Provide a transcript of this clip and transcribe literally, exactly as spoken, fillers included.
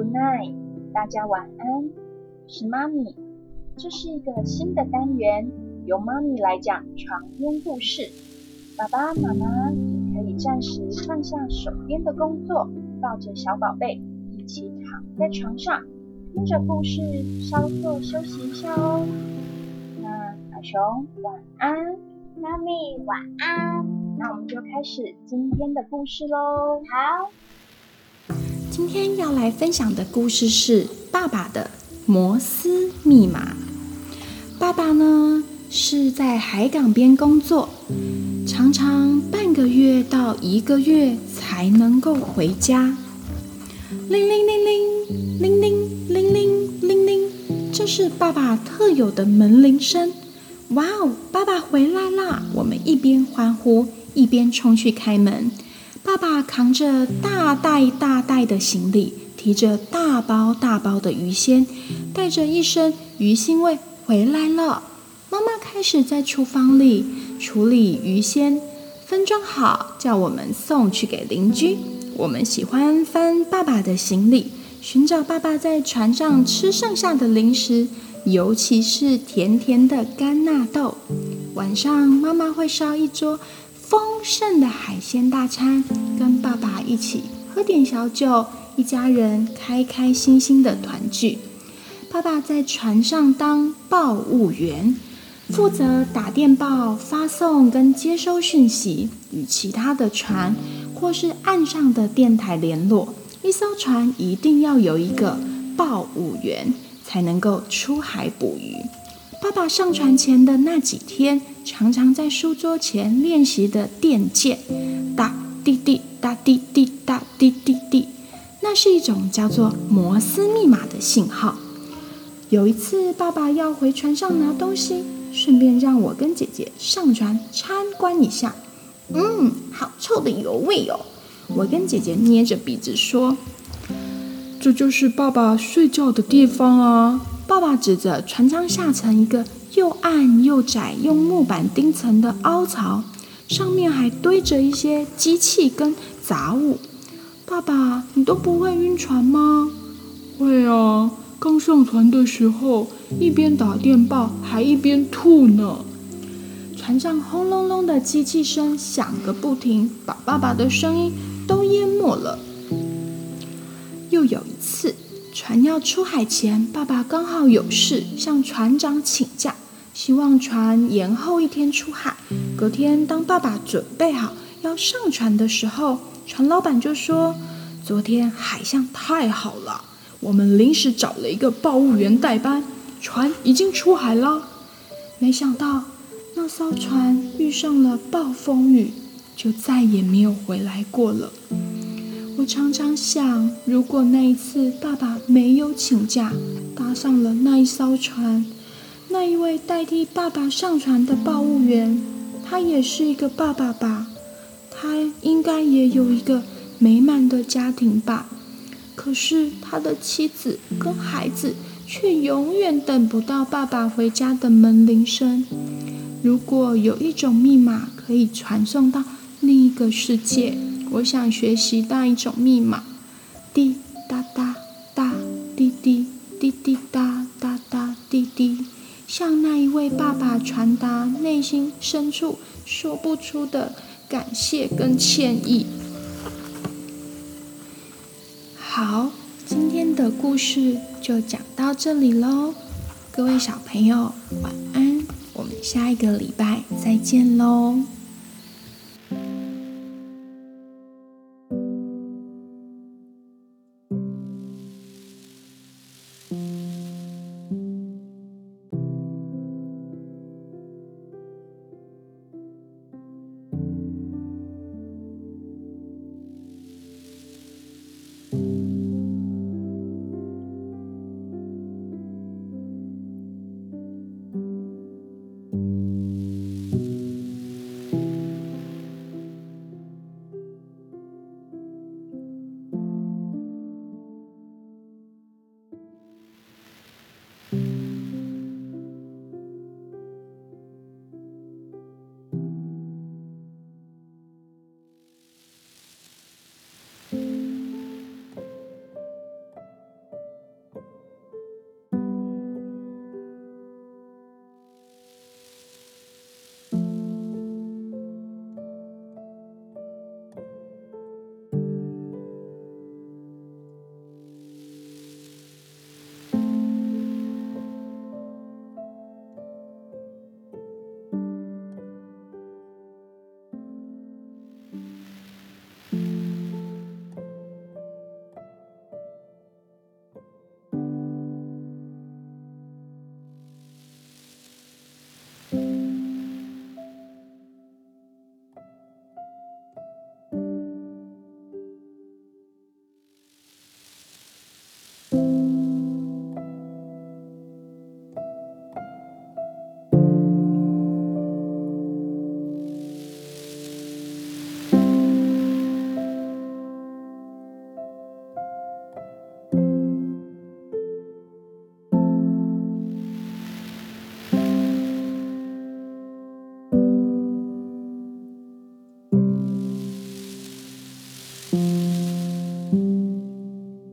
Good night， 大家晚安，是妈咪。这是一个新的单元，由妈咪来讲床边故事。爸爸妈妈也可以暂时放下手边的工作，抱着小宝贝一起躺在床上，听着故事稍作休息一下哦。那小熊晚安， 妈咪晚安。 那我们就开始今天的故事咯。 好， 今天要来分享的故事是爸爸的摩斯密码。爸爸呢是在海港边工作，常常半个月到一个月才能够回家。铃铃铃铃，铃铃铃铃铃铃，这是爸爸特有的门铃声。哇哦，爸爸回来啦！我们一边欢呼，一边冲去开门。爸爸扛着大袋大袋的行李，提着大包大包的鱼鲜，带着一身鱼腥味回来了。妈妈开始在厨房里处理鱼鲜，分装好，叫我们送去给邻居。我们喜欢翻爸爸的行李，寻找爸爸在船上吃剩下的零食，尤其是甜甜的干纳豆。晚上妈妈会烧一桌丰盛的海鲜大餐，跟爸爸一起喝点小酒，一家人开开心心的团聚。爸爸在船上当报务员，负责打电报、发送跟接收讯息，与其他的船或是岸上的电台联络。一艘船一定要有一个报务员，才能够出海捕鱼。爸爸上船前的那几天，常常在书桌前练习的电键，哒滴滴哒滴滴哒滴滴滴，那是一种叫做摩斯密码的信号。有一次，爸爸要回船上拿东西，顺便让我跟姐姐上船参观一下。嗯，好臭的油味哦！我跟姐姐捏着鼻子说：“这就是爸爸睡觉的地方啊。”爸爸指着船舱下层一个又暗又窄、用木板钉层的凹槽，上面还堆着一些机器跟杂物。爸爸，你都不会晕船吗？ 会啊，刚上船的时候，一边打电报还一边吐呢。 船上轰隆隆的机器声响个不停，把爸爸的声音都淹没了。又有一次，船要出海前，爸爸刚好有事，向船长请假，希望船延后一天出海。隔天，当爸爸准备好要上船的时候，船老板就说：“昨天海象太好了，我们临时找了一个报务员代班，船已经出海了。”没想到，那艘船遇上了暴风雨，就再也没有回来过了。我常常想，如果那一次爸爸没有请假，搭上了那一艘船，那一位代替爸爸上船的报务员，他也是一个爸爸吧？他应该也有一个美满的家庭吧？可是他的妻子跟孩子却永远等不到爸爸回家的门铃声。如果有一种密码可以传送到另一个世界，我想学习那一种密码，滴答答答滴滴滴滴答答答滴滴，向那一位爸爸传达内心深处说不出的感谢跟歉意。好，今天的故事就讲到这里咯，各位小朋友晚安，我们下一个礼拜再见咯。